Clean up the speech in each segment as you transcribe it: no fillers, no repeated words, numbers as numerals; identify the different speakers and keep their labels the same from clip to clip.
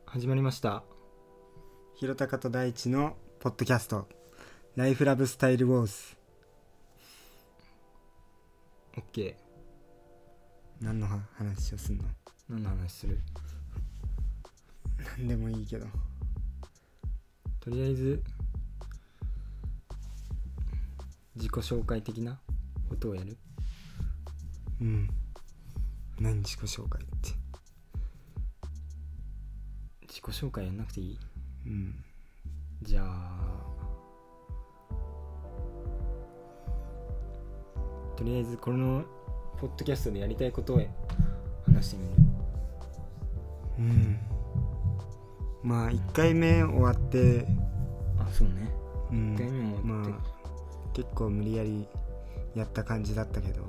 Speaker 1: 始まりました。
Speaker 2: ひろたかと大地のポッドキャストライフラブスタイルウォーズ。
Speaker 1: OK。
Speaker 2: 何の話をすんの？
Speaker 1: 何の話する？
Speaker 2: 何でもいいけど、
Speaker 1: とりあえず自己紹介的なことをやる。
Speaker 2: 何自己紹介って。
Speaker 1: 自己紹介やんなくていい？
Speaker 2: うん
Speaker 1: じゃあとりあえずこのポッドキャストでやりたいことを話してみる。
Speaker 2: まあ1回目終わって、
Speaker 1: そうね、1回目も終わって、
Speaker 2: まあ結構無理やりやった感じだったけど、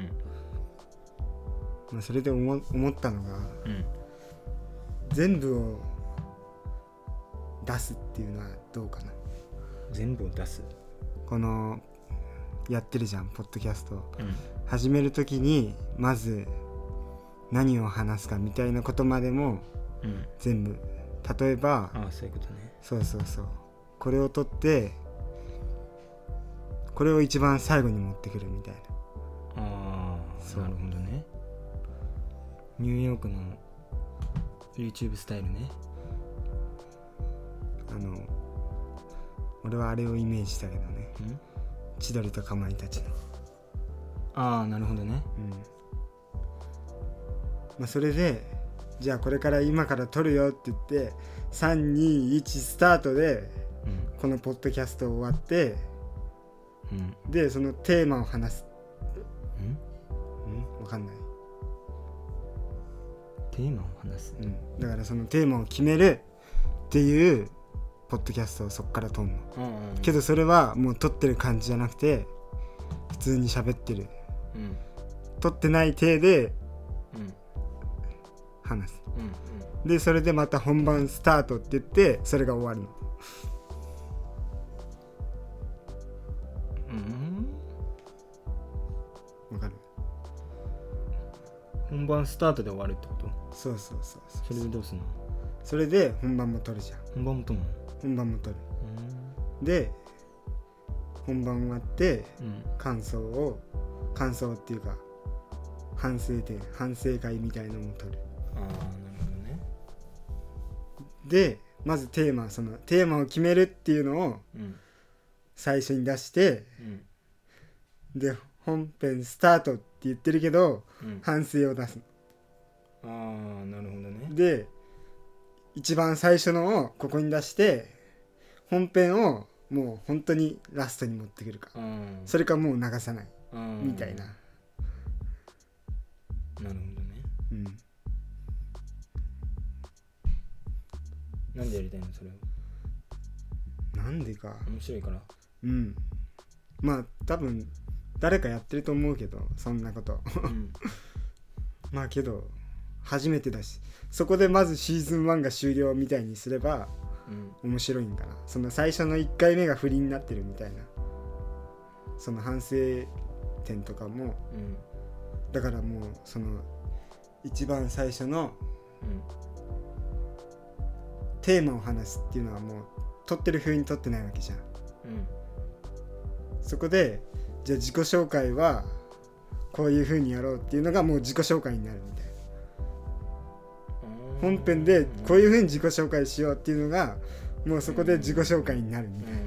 Speaker 2: それで思ったのが、全部を出すっていうのはどうかな。
Speaker 1: 全部を出す。
Speaker 2: このやってるじゃんポッドキャスト、始めるときにまず何を話すかみたいなことまでも全部、例えば
Speaker 1: そういうことね。
Speaker 2: そうこれを取ってこれを一番最後に持ってくるみたいな。
Speaker 1: なるほどね。ニューヨークの YouTube スタイルね。
Speaker 2: 俺はあれをイメージしたけどね。千鳥とかまいたちの。
Speaker 1: なるほどね。
Speaker 2: それでじゃあこれから今から撮るよって言って321スタートで、このポッドキャスト終わって、でそのテーマを話す。わかんない。
Speaker 1: テーマを話す、
Speaker 2: だからそのテーマを決めるっていうポッドキャストをそっから撮んの、けどそれはもう撮ってる感じじゃなくて普通に喋ってる、撮ってない体で話す、でそれでまた本番スタートって言ってそれが終わるの。わかる？
Speaker 1: 本番スタートで終わるってこと？
Speaker 2: そう。
Speaker 1: それでどうすんの？
Speaker 2: それで本番も撮るじゃん。
Speaker 1: 本番も撮るの？
Speaker 2: 本番も撮る。で本番終わって、感想っていうか反省会みたいのも撮る。
Speaker 1: なるほどね。
Speaker 2: でまずそのテーマを決めるっていうのを最初に出して、で本編スタートって言ってるけど、反省を出すの。
Speaker 1: なるほどね。
Speaker 2: で一番最初のをここに出して本編をもう本当にラストに持ってくるか、それかもう流さないみたいな。
Speaker 1: なるほどね。なんでやりたいのそれを？
Speaker 2: なんでか。
Speaker 1: 面白いから。
Speaker 2: まあ多分誰かやってると思うけどそんなこと、まあけど初めてだし、そこでまずシーズン1が終了みたいにすれば面白いんかな。その最初の1回目が不利になってるみたいな、その反省点とかも、だからもうその一番最初のテーマを話すっていうのはもう撮ってる風に撮ってないわけじゃん、そこでじゃあ自己紹介はこういう風にやろうっていうのがもう自己紹介になるみたいな。本編でこういう風に自己紹介しようっていうのがもうそこで自己紹介になるみたいな、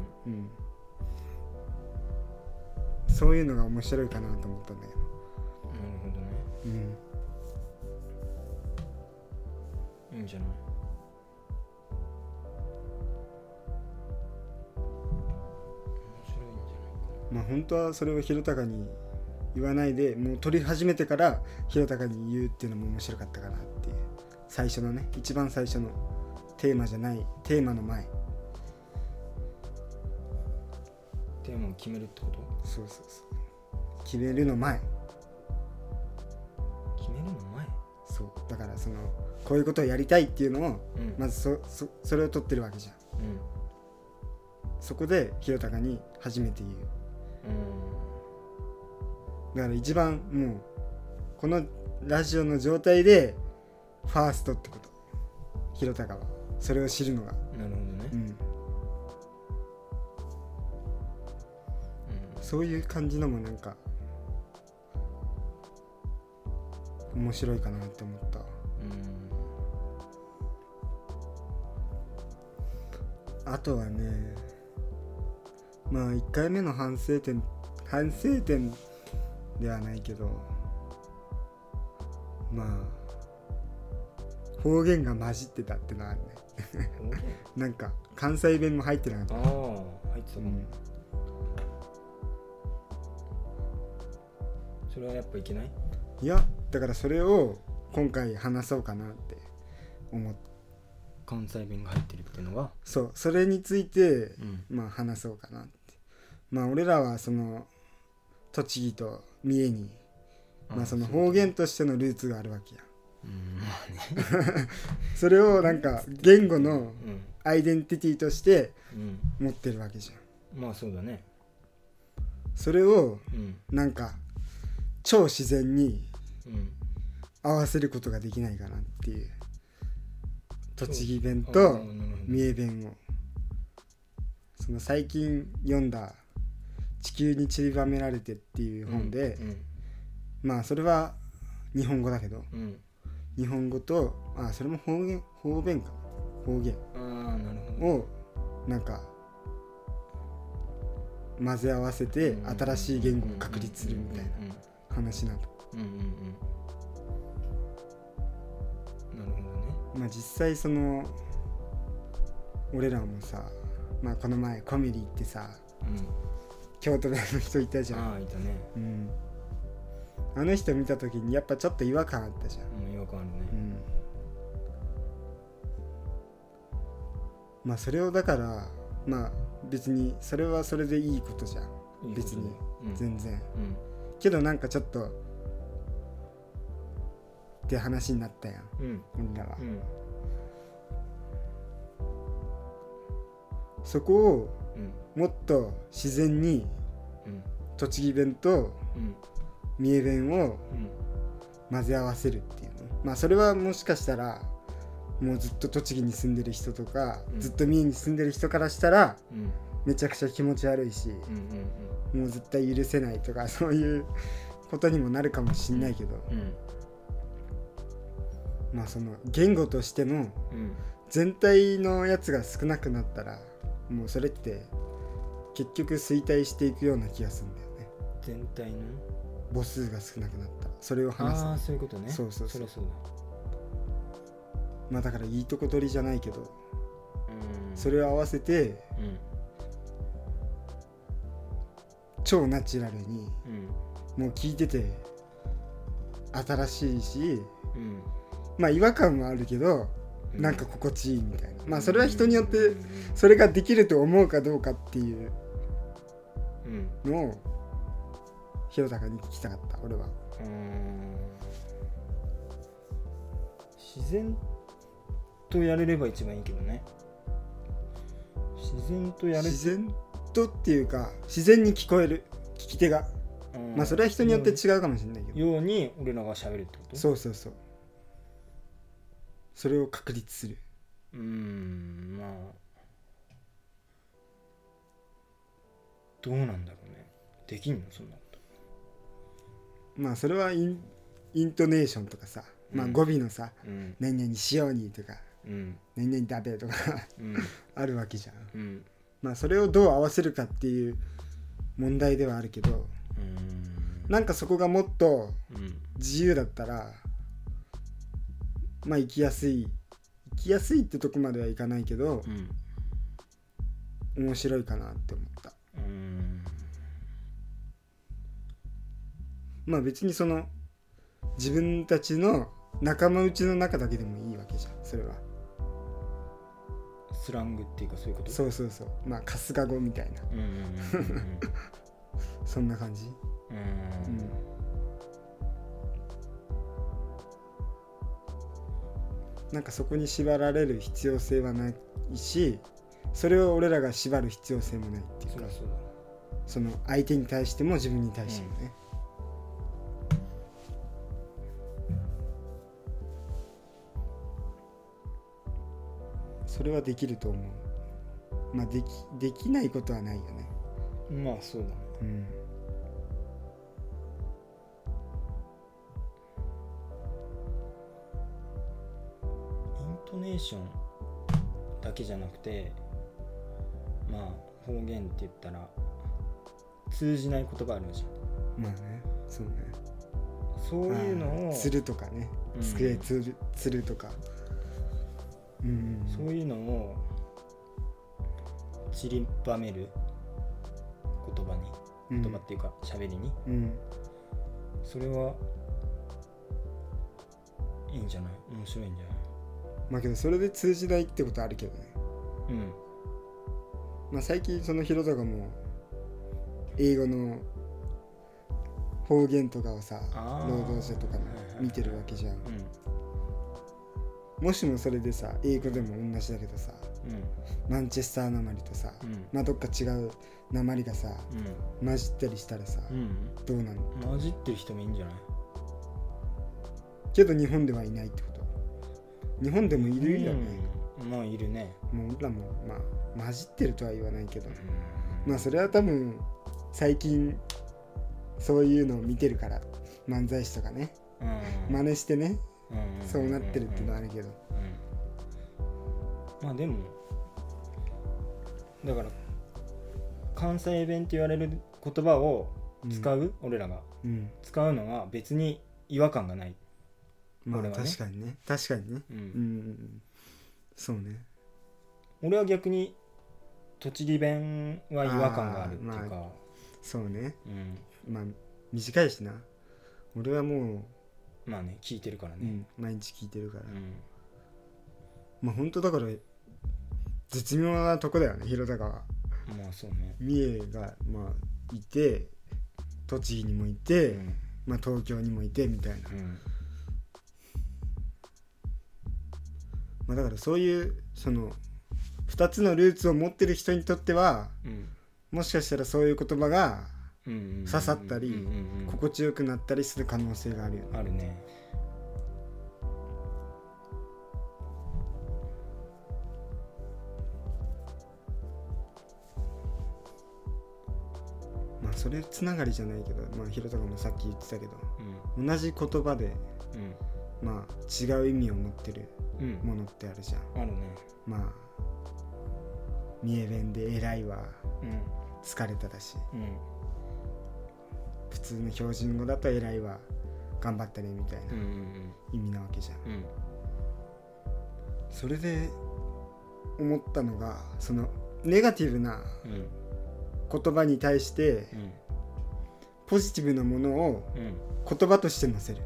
Speaker 2: そういうのが面白いかなと思ったんだけど。
Speaker 1: なるほどね。いいんじゃない？
Speaker 2: 本当はそれをひろたかに言わないでもう撮り始めてからひろたかに言うっていうのも面白かったかなっていう。最初のね、一番最初のテーマじゃないテーマの前、
Speaker 1: テーマを決めるってこと？
Speaker 2: そう決めるの前。そうだからそのこういうことをやりたいっていうのを、まずそれを撮ってるわけじゃん、そこでひろたかに初めて言う、だから一番もうこのラジオの状態でファーストってこと。 弘隆はそれを知るのが。
Speaker 1: なるほどね、
Speaker 2: そういう感じのもなんか面白いかなって思った。あとはね、まあ1回目の反省点ではないけど、まあ方言が混じってたってのはあるねなんか関西弁も入ってなかった。
Speaker 1: ああ入ってたかも、それはやっぱいけない？
Speaker 2: いやだからそれを今回話そうかなって思って、
Speaker 1: 関西弁が入ってるっていうのが、
Speaker 2: そうそれについて、まあ話そうかなって。まあ俺らはその栃木と三重にまあその方言としてのルーツがあるわけや。それをなんか言語のアイデンティティとして持ってるわけじゃん。
Speaker 1: まあそうだね。
Speaker 2: それをなんか超自然に合わせることができないかなっていう、栃木弁と三重弁を。その最近読んだ地球に散りばめられてっていう本で、まあそれは日本語だけど、日本語とそれも方言をなんか混ぜ合わせて新しい言語を確立するみたいな話なの。
Speaker 1: なるほどね。
Speaker 2: まあ実際その俺らもさ、まあこの前コメリ行ってさ、京都弁の人いたじゃん。
Speaker 1: いたね。
Speaker 2: あの人見た時にやっぱちょっと違和感あったじゃん。
Speaker 1: 違和感あるね。
Speaker 2: まあそれをだからまあ別にそれはそれでいいことじゃん。別に全然。けどなんかちょっとって話になったやん。俺らは。そこをもっと自然に栃木弁と三重弁を混ぜ合わせるっていうの。まあそれはもしかしたらもうずっと栃木に住んでる人とか、ずっと三重に住んでる人からしたらめちゃくちゃ気持ち悪いし、もう絶対許せないとかそういうことにもなるかもしんないけど、まあその言語としての全体のやつが少なくなったらもうそれって結局衰退していくような気がするんだよね。
Speaker 1: 全体の
Speaker 2: 母数が少なくなったらそれを話す。
Speaker 1: そういうことね。
Speaker 2: そう。
Speaker 1: そりゃそうだ。
Speaker 2: まあだからいいとこ取りじゃないけど、それを合わせて、超ナチュラルに、もう聞いてて新しいし、まあ違和感はあるけど、なんか心地いいみたいな。まあそれは人によってそれができると思うかどうかっていうのを弘隆に聞きたかった俺は。
Speaker 1: 自然とやれれば一番いいけどね。自然
Speaker 2: とっていうか自然に聞こえる聞き手が、まあそれは人によって違うかもしれないけど、
Speaker 1: ように俺らが喋るってこと。
Speaker 2: そうそれを確立する。
Speaker 1: まあどうなんだろうね。できんのそんなこと。
Speaker 2: まあそれはイントネーションとかさ、まあ語尾のさ、何々しようにとか、何々だべとかあるわけじゃん。まあそれをどう合わせるかっていう問題ではあるけど、なんかそこがもっと自由だったら、まあ生きやすいってとこまではいかないけど、面白いかなって思った。まあ別にその自分たちの仲間内の中だけでもいいわけじゃん。それは
Speaker 1: スラングっていうかそういうこと。
Speaker 2: そうまあ春日語みたいなそんな感じ。なんかそこに縛られる必要性はないし、それを俺らが縛る必要性もないっていうか、その相手に対しても自分に対してもね。 それはできると思う。まあできないことはないよね。
Speaker 1: まあそうだね。
Speaker 2: うん。
Speaker 1: イントネーションだけじゃなくて、まあ方言って言ったら通じない言葉あるじゃん。
Speaker 2: まあね、そうね。
Speaker 1: そういうのを
Speaker 2: 釣るとかね、机釣るとか、
Speaker 1: そういうのを散りばめる言葉っていうか喋りに、それはいいんじゃない？面白いんじゃない？
Speaker 2: まあけどそれで通じないってことあるけどね。まあ最近そのヒロトがも英語の方言とかをさ、労働者とかも見てるわけじゃん。もしもそれでさ、英語でも同じだけどさ、マンチェスターなまりとさ、まあどっか違うなまりがさ、混じったりしたらさ、どうなの？
Speaker 1: 混じってる人もいいんじゃない？
Speaker 2: けど日本ではいないってこと？日本でもいるよね。
Speaker 1: まあいるね。
Speaker 2: もう俺らもまあ混じってるとは言わないけど、まあそれは多分最近そういうのを見てるから、漫才師とかね、真似してね、そうなってるってのはあるけど、
Speaker 1: まあでもだから関西弁って言われる言葉を使う、俺らが、使うのは別に違和感がない。
Speaker 2: まあ、ね、確かにね、そうね。
Speaker 1: 俺は逆に栃木弁は違和感があるっていうか、
Speaker 2: まあ、そうね、まあ短いしな。俺はも
Speaker 1: うまあね、聞いてるからね、
Speaker 2: 毎日聞いてるから、まあ本当だから絶妙なとこだよね、広高は。
Speaker 1: まあそうね。
Speaker 2: 三重がまあいて、栃木にもいて、まあ東京にもいてみたいな、まあだからそういうその2つのルーツを持ってる人にとっては、もしかしたらそういう言葉が刺さったり、心地よくなったりする可能性があるよね。
Speaker 1: あるね。
Speaker 2: まあそれつながりじゃないけど、まあヒロトがもさっき言ってたけど、同じ言葉で、まあ違う意味を持ってるものってあるじゃん。
Speaker 1: あるね。
Speaker 2: まあ三重弁で偉いは疲れただし、普通の標準語だと偉いは頑張ったねみたいな意味なわけじゃん。それで思ったのが、そのネガティブな言葉に対してポジティブなものを言葉として載せる。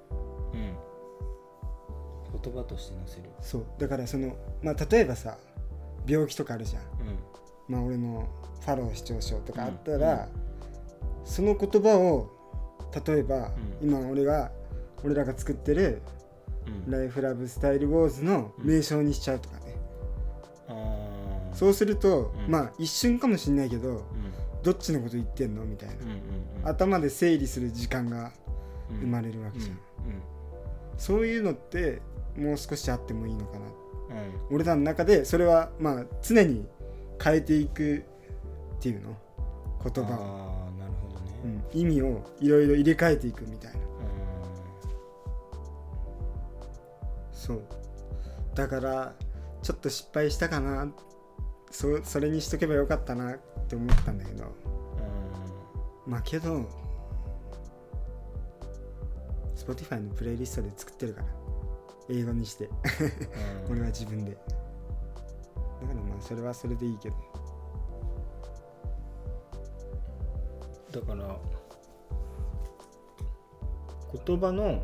Speaker 1: 言葉として載せる。
Speaker 2: そうだからその、まあ例えばさ、病気とかあるじゃん。まあ俺のファロー視聴症とかあったら、その言葉を例えば、今俺らが作ってるライフラブスタイルウォーズの名称にしちゃうとかね。そうすると、まあ一瞬かもしんないけど、どっちのこと言ってんのみたいな、頭で整理する時間が生まれるわけじゃん。そういうのってもう少しあってもいいのかな、俺らの中で。それはまあ常に変えていくっていうの、言葉を。
Speaker 1: なるほどね。
Speaker 2: 意味をいろいろ入れ替えていくみたいな。そうだからちょっと失敗したかな、それにしとけばよかったなって思ったんだけど、まあけど Spotify のプレイリストで作ってるから、英語にして俺は自分で。だからまあそれはそれでいいけど、
Speaker 1: だから言葉の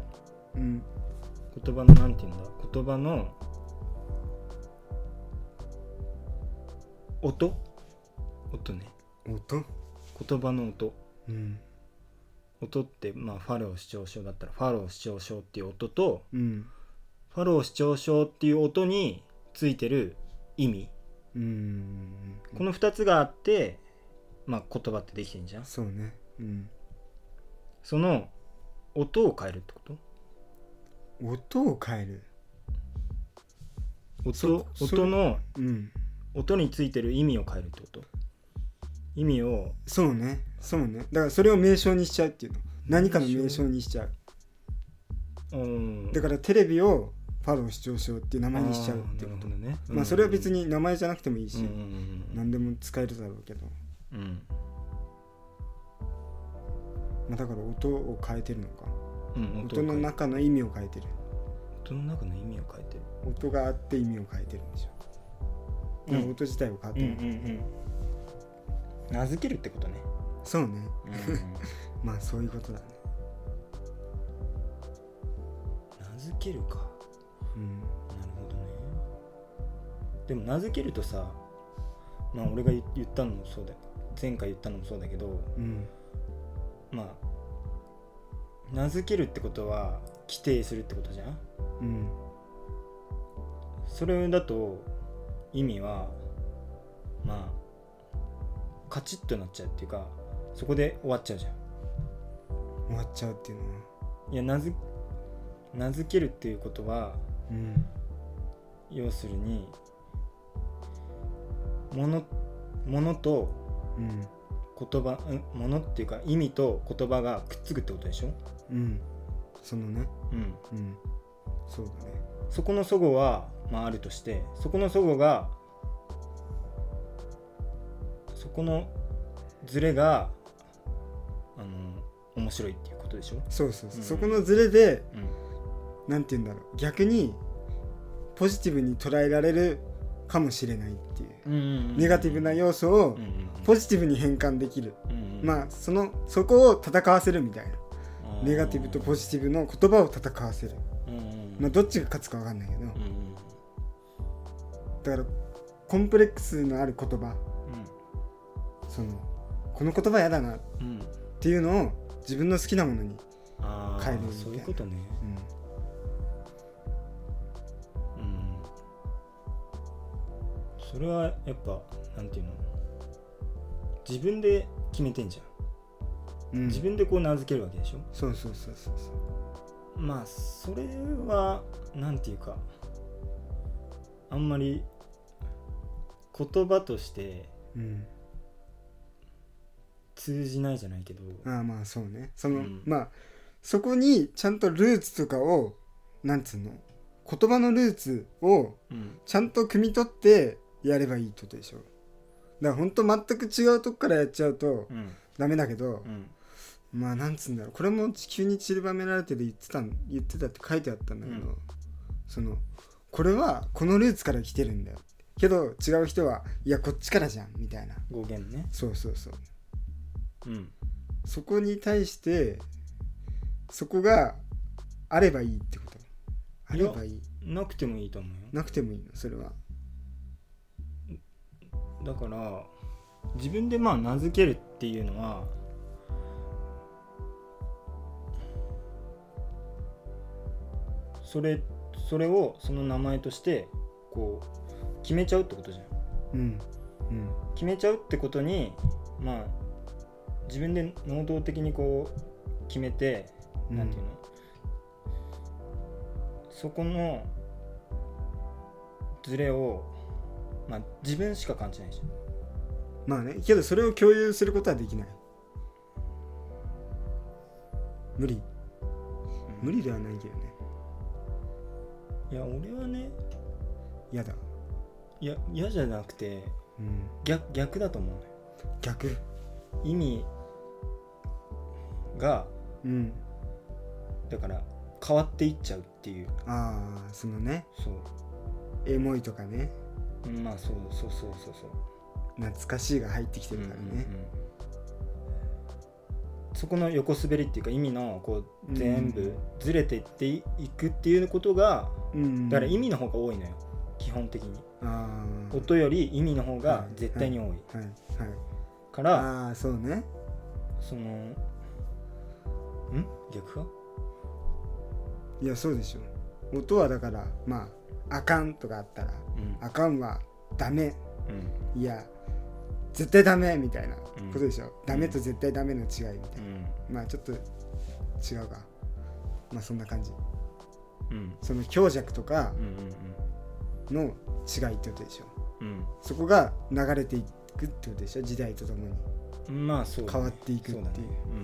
Speaker 1: なんていうんだ、言葉の音ね。言葉の音、音って、まあファロー視聴症だったらファロー視聴症っていう音と、ファロー視聴症っていう音についてる意味、この2つがあって、まあ言葉ってできてんじゃん。
Speaker 2: そうね。
Speaker 1: その音を変えるってこと？
Speaker 2: 音を変える。
Speaker 1: 音の、音についてる意味を変えるってこと？意味を
Speaker 2: そうねだからそれを名称にしちゃうっていうの、何かの名称にしちゃう。だからテレビをファロー視聴症っていう名前にしちゃうってことね。まあそれは別に名前じゃなくてもいいし、何でも使えるだろうけど、まあ、だから音を変えてるのか、音の中の意味を変えてる。
Speaker 1: 音の中の意味を変えてる。
Speaker 2: 音があって意味を変えてるんでしょ。音自体を変わってる。
Speaker 1: 名付けるってことね。
Speaker 2: そうね。まあそういうことだね。
Speaker 1: 名付けるか。なるほどね。でも名付けるとさ、まあ俺が言ったのもそうだ、前回言ったのもそうだけど、まあ名付けるってことは規定するってことじゃん。それだと意味はまあカチッとなっちゃうっていうか、そこで終わっちゃうじゃん。
Speaker 2: 終わっちゃうっていうのは、
Speaker 1: いや名付けるっていうことは、要するに物と言葉、物っていうか意味と言葉がくっつくってことでしょ。
Speaker 2: そのね。そうだね。
Speaker 1: そこの齟齬はまああるとして、そこの齟齬が、そこのズレが面白いっていうことでしょ。
Speaker 2: そう、そこのズレで、なんて言うんだろう、逆にポジティブに捉えられるかもしれないっていう、ネガティブな要素をポジティブに変換できる、まあそこを戦わせるみたいな、ネガティブとポジティブの言葉を戦わせる、まあどっちが勝つか分かんないけど、だからコンプレックスのある言葉、この言葉やだなっていうのを自分の好きなものに変えるみたいな。
Speaker 1: そういうことね。それはやっぱなんていうの、自分で決めてんじゃん。自分でこう名付けるわけでしょ。
Speaker 2: そう。
Speaker 1: まあそれはなんていうか、あんまり言葉として通じないじゃないけど、
Speaker 2: まあそうね。まあそこにちゃんとルーツとかを、なんつうの、言葉のルーツをちゃんと汲み取ってやればいいってことでしょ。だからほんと全く違うとこからやっちゃうとダメだけど、まあなんつうんだろう、これも地球に散りばめられてる言ってたって書いてあったんだけど、これはこのルーツから来てるんだよけど、違う人はいやこっちからじゃんみたいな
Speaker 1: 語源ね。
Speaker 2: そう、そこに対してそこがあればいいってこと。あればいい。
Speaker 1: なくてもいいと思うよ。
Speaker 2: なくてもいいの、それは。
Speaker 1: だから自分でまあ名付けるっていうのは、それをその名前としてこう決めちゃうってことじゃん。決めちゃうってことに、まあ自分で能動的にこう決めて、なんていうの、そこのズレをまあ自分しか感じないじゃん。
Speaker 2: まあね、けどそれを共有することはできない。無理ではないけどね。
Speaker 1: いや俺はね、
Speaker 2: 嫌だ。
Speaker 1: いや嫌じゃなくて、逆だと思うのよ。
Speaker 2: 逆？
Speaker 1: 意味が、だから変わっていっちゃうっていう。
Speaker 2: そのね。
Speaker 1: そう。
Speaker 2: エモいとかね。
Speaker 1: まあそう。
Speaker 2: 懐かしいが入ってきてるからね。
Speaker 1: そこの横滑りっていうか、意味のこう全部ずれていっていくっていうことが、だから意味の方が多いのよ、基本的に。音より意味の方が絶対に多い。から、
Speaker 2: そうね。
Speaker 1: 逆か？
Speaker 2: いやそうでしょ。音はだからまああかんとかあったら、あかんはダメ、いや絶対ダメみたいなことでしょ。ダメと絶対ダメの違いみたいな。まあちょっと違うか。まあそんな感じ。その強弱とかの違いってことでしょ、
Speaker 1: うん、
Speaker 2: そこが流れていくってことでしょ、時代とともに。
Speaker 1: まあそうだね、
Speaker 2: 変わっていくっていう、
Speaker 1: そうだね、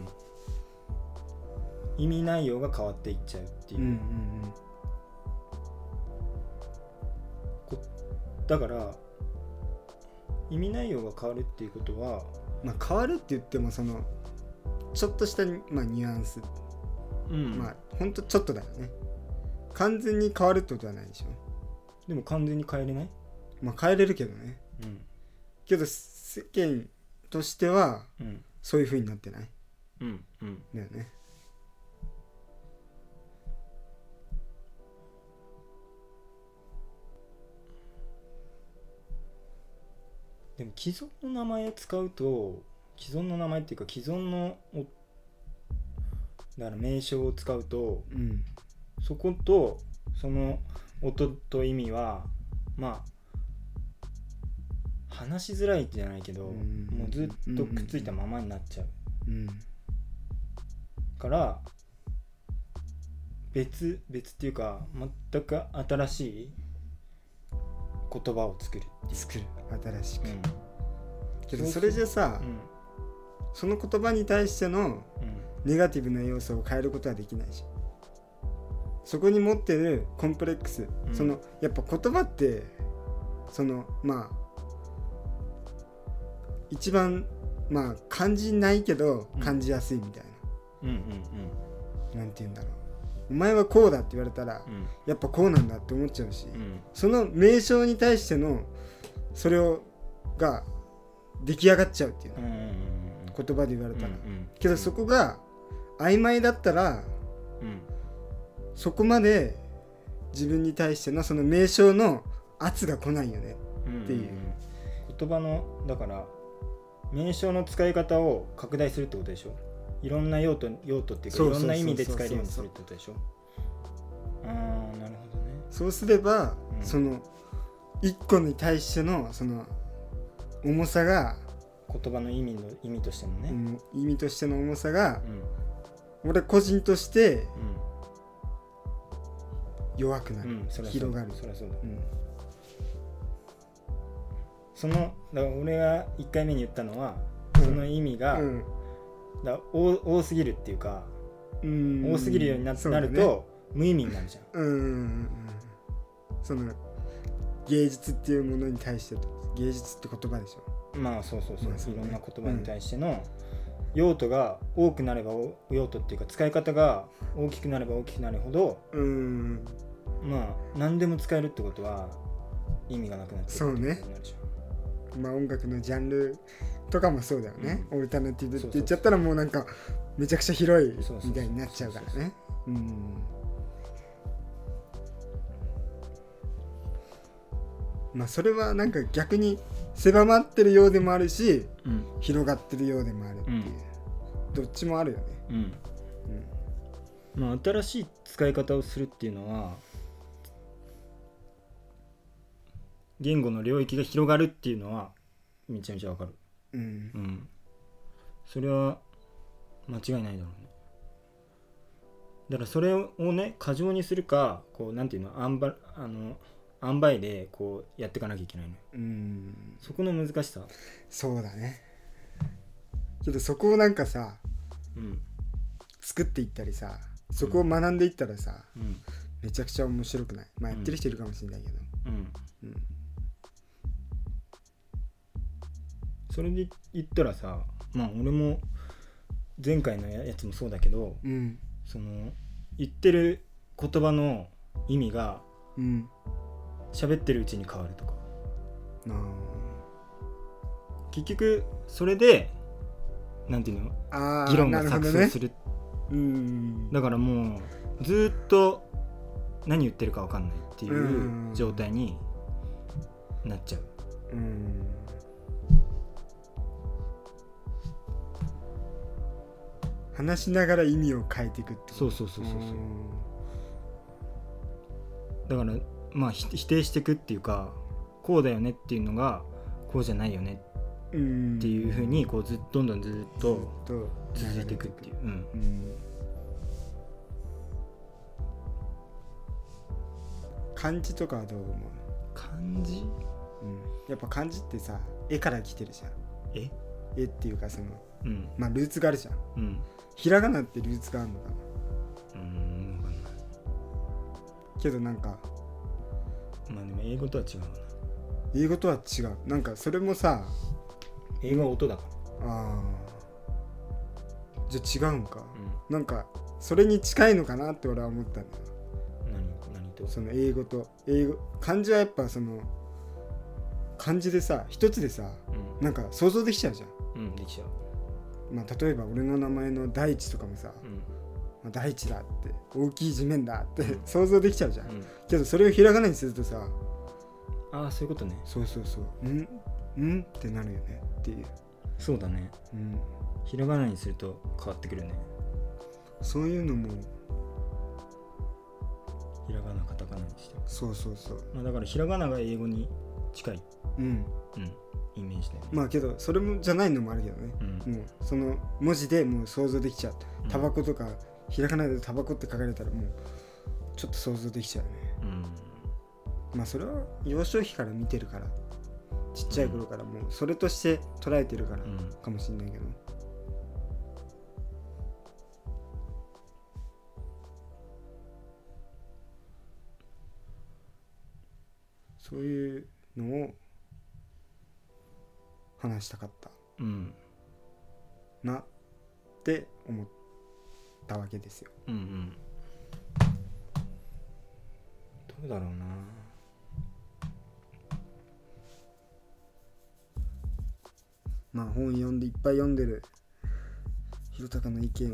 Speaker 1: うん、意味内容が変わっていっちゃうっていう、うんうんうん、だから意味内容が変わるっていうことは、
Speaker 2: まあ変わるって言ってもそのちょっとした、まあ、ニュアンス、うん、まあほんとちょっとだよね。完全に変わるってことはないでしょ。
Speaker 1: でも完全に変えれない？
Speaker 2: まあ変えれるけどね、うん、けど世間としては、うん、そういう風になってない、うんうん、だよね。
Speaker 1: でも既存の名前を使うと、既存の名前っていうか既存のだから名称を使うと、うん、そことその音と意味はまあ話しづらいじゃないけど、もうずっとくっついたままになっちゃう、うん、から別っていうか全く新しい言葉を作る
Speaker 2: 新しく、うん、けどそれじゃさ、その言葉に対してのネガティブな要素を変えることはできないし、そこに持ってるコンプレックス、そのやっぱ言葉ってそのまあ一番まあ感じないけど感じやすいみたいな、なんて言うんだろう、お前はこうだって言われたら、やっぱこうなんだって思っちゃうし、その名称に対してのそれが出来上がっちゃうっていうの、言葉で言われたら、けどそこが曖昧だったら、そこまで自分に対してのその名称の圧が来ないよねっていう、
Speaker 1: 言葉のだから名称の使い方を拡大するってことでしょ。いろんな用途っていうかいろんな意味で使えるようにするってことでしょ。なるほどね。
Speaker 2: そうすれば、その一個に対してのその重さが、
Speaker 1: 言葉の意味としてのね、
Speaker 2: 意味としての重さが、俺個人として弱くなる、広がる。
Speaker 1: そりゃそうだ、そのだから俺が1回目に言ったのは、その意味が、だ多すぎるっていうか、多すぎるようになると無意味になるじゃん。
Speaker 2: その芸術っていうものに対して、芸術って言葉でしょ。
Speaker 1: まあそう、いろんな言葉に対しての用途が多くなれば、用途っていうか使い方が大きくなれば大きくなるほど、まあ何でも使えるってことは意味がなくなってくるってことになるじゃん。そうね。
Speaker 2: まあ音楽のジャンルとかもそうだよね、オルタナティブって言っちゃったらもうなんかめちゃくちゃ広いみたいになっちゃうからね。まあそれはなんか逆に狭まってるようでもあるし、広がってるようでもあるっていう、どっちもあるよね。
Speaker 1: まあ新しい使い方をするっていうのは言語の領域が広がるっていうのはめちゃめちゃわかる。それは間違いないだろうね。だからそれをね過剰にするか、こうなんていうの、塩梅でこうやっていかなきゃいけないの。そこの難しさ。
Speaker 2: そうだね。けどそこをなんかさ、作っていったりさ、そこを学んでいったらさ、めちゃくちゃ面白くない？まあやってる人いるかもしれないけど、
Speaker 1: それで言ったらさ、まあ俺も前回のやつもそうだけど、その言ってる言葉の意味が喋ってるうちに変わるとか、結局それでなんていうの、議論が錯綜する。だからもうずっと何言ってるか分かんないっていう状態になっちゃう。
Speaker 2: 話しながら意味を変えていくって。
Speaker 1: そう。だからまあ否定していくっていうか、こうだよねっていうのがこうじゃないよねっていう風にこうどんどんずっと続いていくっていう。
Speaker 2: 漢字とかはどう思う？
Speaker 1: 漢漢字、
Speaker 2: やっぱ漢字ってさ絵から来てるじゃん。絵っていうかその、まあルーツがあるじゃん、ひらがなってルーツがあるのかな。
Speaker 1: 分かんない
Speaker 2: けどなんか
Speaker 1: まあでも英語とは違うな。
Speaker 2: 英語とは違う。なんかそれもさ
Speaker 1: 英語は音だから。
Speaker 2: じゃあ違うんか、なんかそれに近いのかなって俺は思ったんだよ。
Speaker 1: 何と
Speaker 2: その英語と漢字はやっぱその漢字でさ一つでさ、なんか想像できちゃうじゃん。
Speaker 1: できちゃう。
Speaker 2: まあ例えば俺の名前の大地とかもさ、まあ、大地だって大きい地面だって想像できちゃうじゃん、けどそれをひらがなにするとさ、
Speaker 1: そういうことね。
Speaker 2: そうってなるよねっていう。
Speaker 1: そうだね、ひらがなにすると変わってくるね。
Speaker 2: そういうのも
Speaker 1: ひらがなカタカナにして。
Speaker 2: そう、
Speaker 1: まあ、だからひらがなが英語に近いイメージだよね。
Speaker 2: まあけどそれもじゃないのもあるけどね、もうその文字でもう想像できちゃう。タバコとかひらがなでタバコって書かれたらもうちょっと想像できちゃうね。まあそれは幼少期から見てるから、ちっちゃい頃からもうそれとして捉えてるからかもしれないけど、そういうのを話したかったなって思ったわけですよ。
Speaker 1: どうだろうな。
Speaker 2: まあ本読んでいっぱい読んでるひろたかの意見を、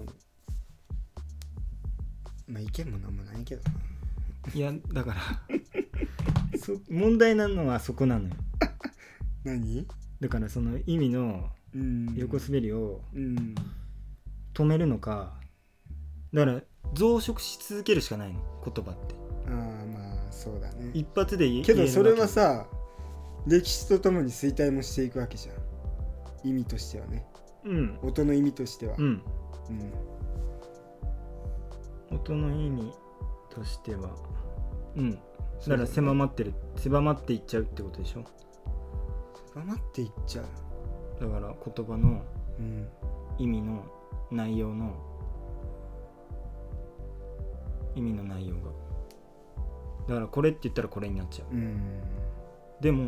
Speaker 2: まあ意見もなんもないけどな。
Speaker 1: いやだから問題なのはそこなのよ。
Speaker 2: 何
Speaker 1: だからその意味の横滑りを止めるのか、だから増殖し続けるしかないの言葉って。
Speaker 2: まあそうだね。
Speaker 1: 一発で言える
Speaker 2: けどそれはさ歴史とともに衰退もしていくわけじゃん、意味としてはね。音の意味としては
Speaker 1: 音の意味としてはだから狭まっていっちゃうってことでしょ。
Speaker 2: 狭まっていっちゃう。
Speaker 1: だから言葉の意味の内容がだからこれって言ったらこれになっちゃう。でも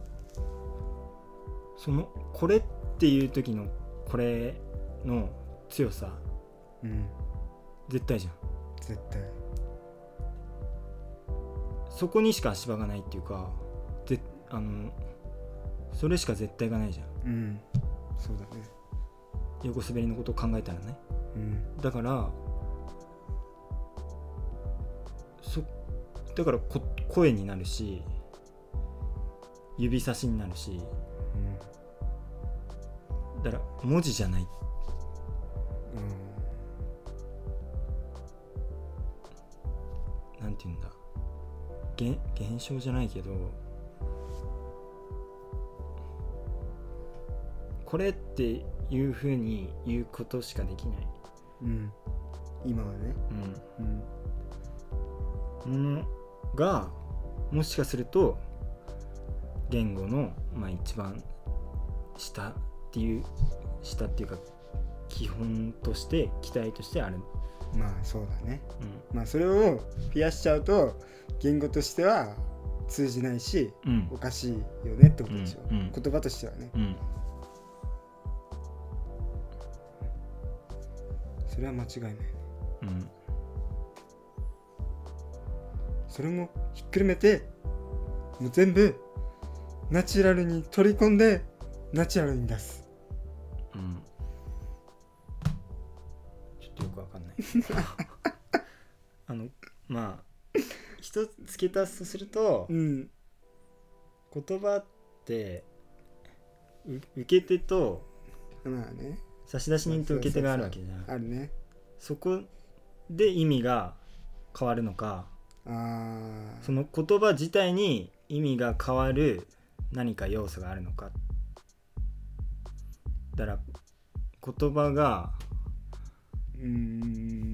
Speaker 1: そのこれっていう時のこれの強さ、絶対じゃん。
Speaker 2: 絶対
Speaker 1: そこにしか足場がないっていうか、それしか絶対がないじゃん。
Speaker 2: そうだね。
Speaker 1: 横滑りのことを考えたらね。だから声になるし指差しになるし、だから文字じゃない、なんていうんだ、現象じゃないけど、これっていう風に言うことしかできない、
Speaker 2: 今はね、
Speaker 1: ものがもしかすると言語の、一番下っていうか基本として期待としてある。
Speaker 2: まあそうだね、まあそれを増やしちゃうと言語としては通じないし、おかしいよねってことでしょ、言葉としてはね、それは間違いないね。それもひっくるめてもう全部ナチュラルに取り込んでナチュラルに出す。
Speaker 1: ちょっとよくわかんない一つ付け足すとすると、言葉って受け手と差出人と受け手があるわけじゃん。
Speaker 2: あるね。
Speaker 1: そこで意味が変わるのか、その言葉自体に意味が変わる何か要素があるのか。だから言葉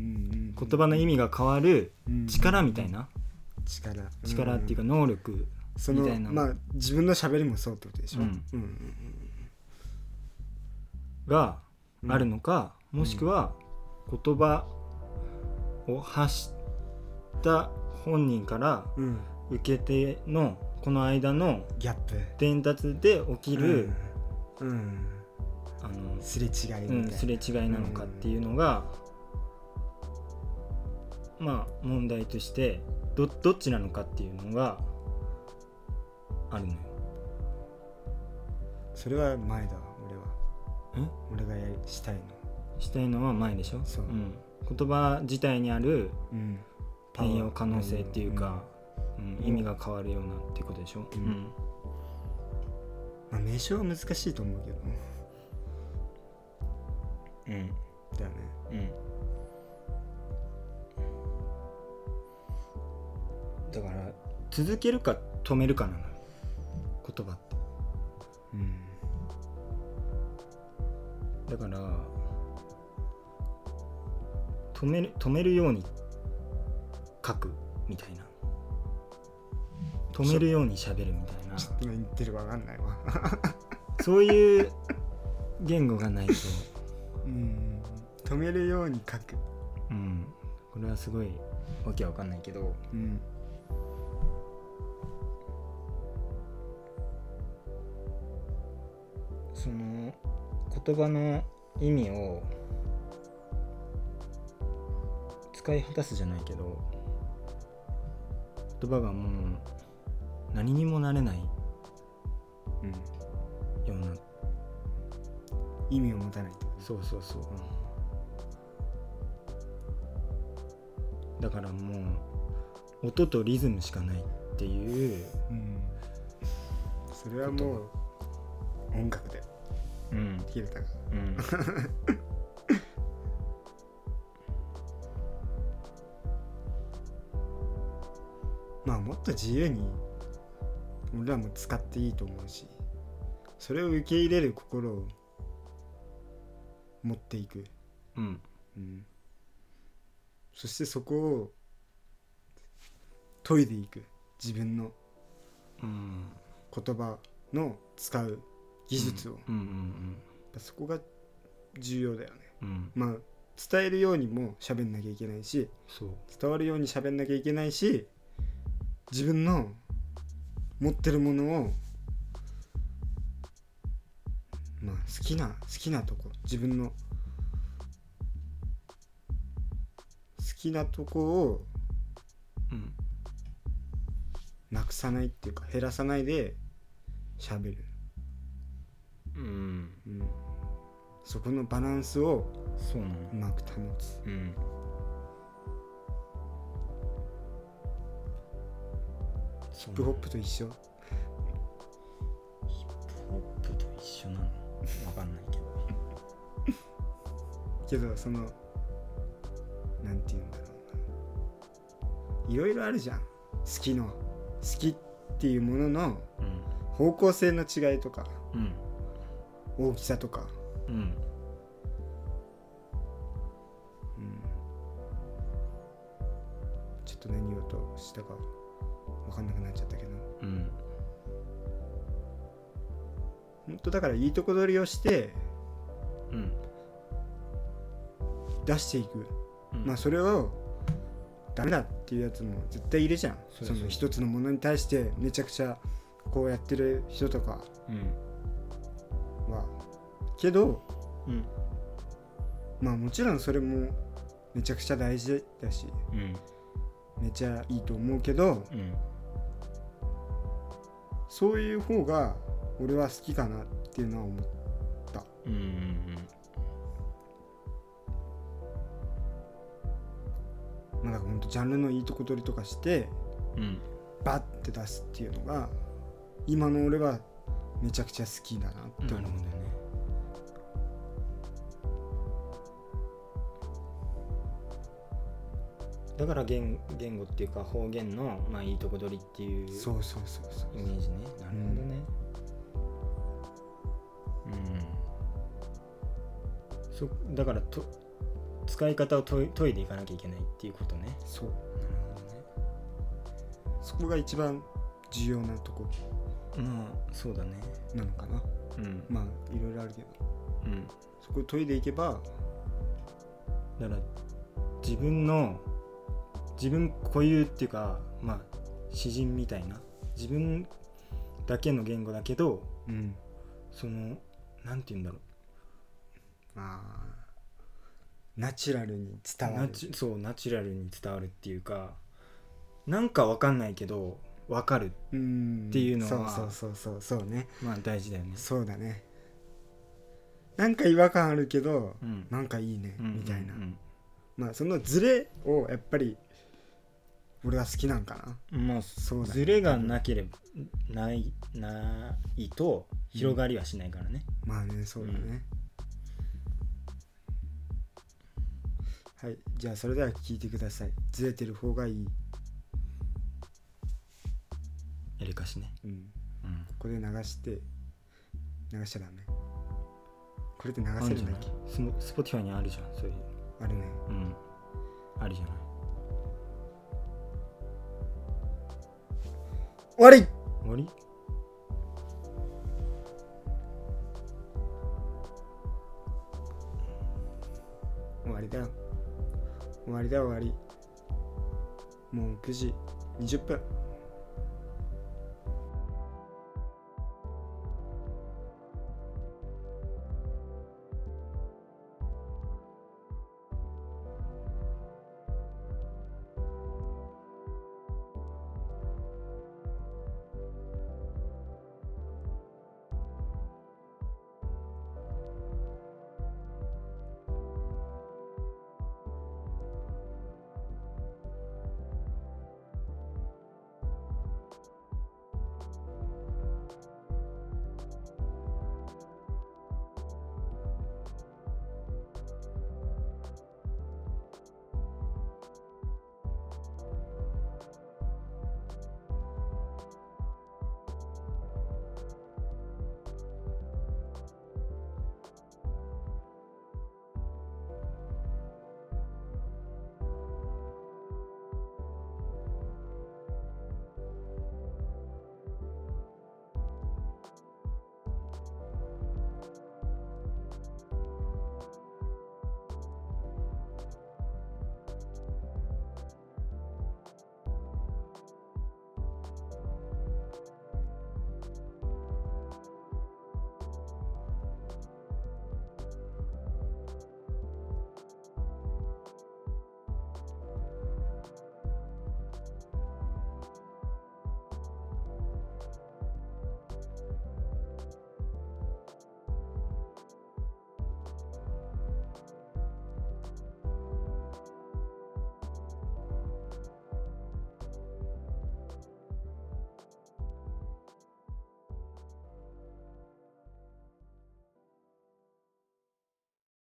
Speaker 1: の意味が変わる力みたいな、力っていうか能力
Speaker 2: そのまあ自分の喋りもそうってことでしょ、
Speaker 1: があるのか、もしくは言葉を発した本人から受け手のこの間の
Speaker 2: ギャップ
Speaker 1: 伝達で起きる、
Speaker 2: すれ違いみたいな、
Speaker 1: すれ違いなのかっていうのが、まあ問題としてどっちなのかっていうのがあるのよ。
Speaker 2: それは前だわ。俺がしたいの
Speaker 1: は前でしょ。
Speaker 2: そう、
Speaker 1: 言葉自体にある変容可能性っていうか、意味が変わるようなっていうことでしょ。
Speaker 2: まあ名称は難しいと思うけど、だよね。
Speaker 1: だから続けるか止めるかなのよ、言葉って。だから止めるように書くみたいな、止めるように喋るみたいな。
Speaker 2: ちょっと言ってるか分かんないわ
Speaker 1: そういう言語がないと
Speaker 2: 止めるように書く、
Speaker 1: これはすごいわけわかんないけど、その言葉の意味を使い果たすじゃないけど、言葉がもう何にもなれないような、
Speaker 2: 意味を持たないって。
Speaker 1: そう、だからもう音とリズムしかないっていう、
Speaker 2: それはもう音楽で切れたが、まあもっと自由に俺らも使っていいと思うし、それを受け入れる心を持っていく、そしてそこを研いでいく、自分の言葉の使う技術を、そこが重要だよね。まあ伝えるようにも喋んなきゃいけないし、伝わるように喋んなきゃいけないし、自分の持ってるものを、まあ好きなとこ、自分の好きなとこをなくさないっていうか、減らさないで喋る、そこのバランスをうまく保つ。ヒップホップと一緒。
Speaker 1: ヒップホップと一緒なの分かんない
Speaker 2: けどそのなんて言うんだろうな、いろいろあるじゃん。好きっていうものの方向性の違いとか、大きさとか、ちょっと何言おうとしたか分かんなくなっちゃったけど、本当だからいいとこ取りをして、出していく、まあそれをダメだっていうやつも絶対いるじゃん。その一つのものに対してめちゃくちゃこうやってる人とかは、けど、まあもちろんそれもめちゃくちゃ大事だし、めちゃいいと思うけど、そういう方が俺は好きかなっていうのは思った。まあだからほんとジャンルのいいとこ取りとかして、バッて出すっていうのが今の俺はめちゃくちゃ好きだなって思うんだよね。
Speaker 1: だから言語っていうか方言の、まあ、いいとこ取りっていうイメージね。なるほどね。だから使い方を研いでいかなきゃいけないっていうことね。
Speaker 2: そう。なるほどね。そこが一番重要なとこ
Speaker 1: まあそうだね。
Speaker 2: なのかな。まあいろいろあるけど、そこ研いでいけば、
Speaker 1: だから自分固有っていうか、まあ詩人みたいな自分だけの言語だけど、そのなんて言うんだろう、
Speaker 2: ナチュラルに伝わる。
Speaker 1: そうナチュラルに伝わるっていうか、なんかわかんないけどわかるっていうのは、
Speaker 2: そうね。
Speaker 1: まあ大事だよね。
Speaker 2: そうだね。なんか違和感あるけど、なんかいいね、みたいな。まあそのズレをやっぱり俺は好きなんかな。
Speaker 1: まあそうだね。ズレがなければないと広がりはしないからね。
Speaker 2: まあね、そうだね。はい、じゃあそれでは聞いてください。ずれてる方がいい。
Speaker 1: エレカシね。
Speaker 2: ここで流しちゃダメ。これで流せるんだっけ？
Speaker 1: スポティファイにあるじゃん、そういう。
Speaker 2: あるね。
Speaker 1: あるじゃない。
Speaker 2: 終わりだよ。終わり。もう9時20分。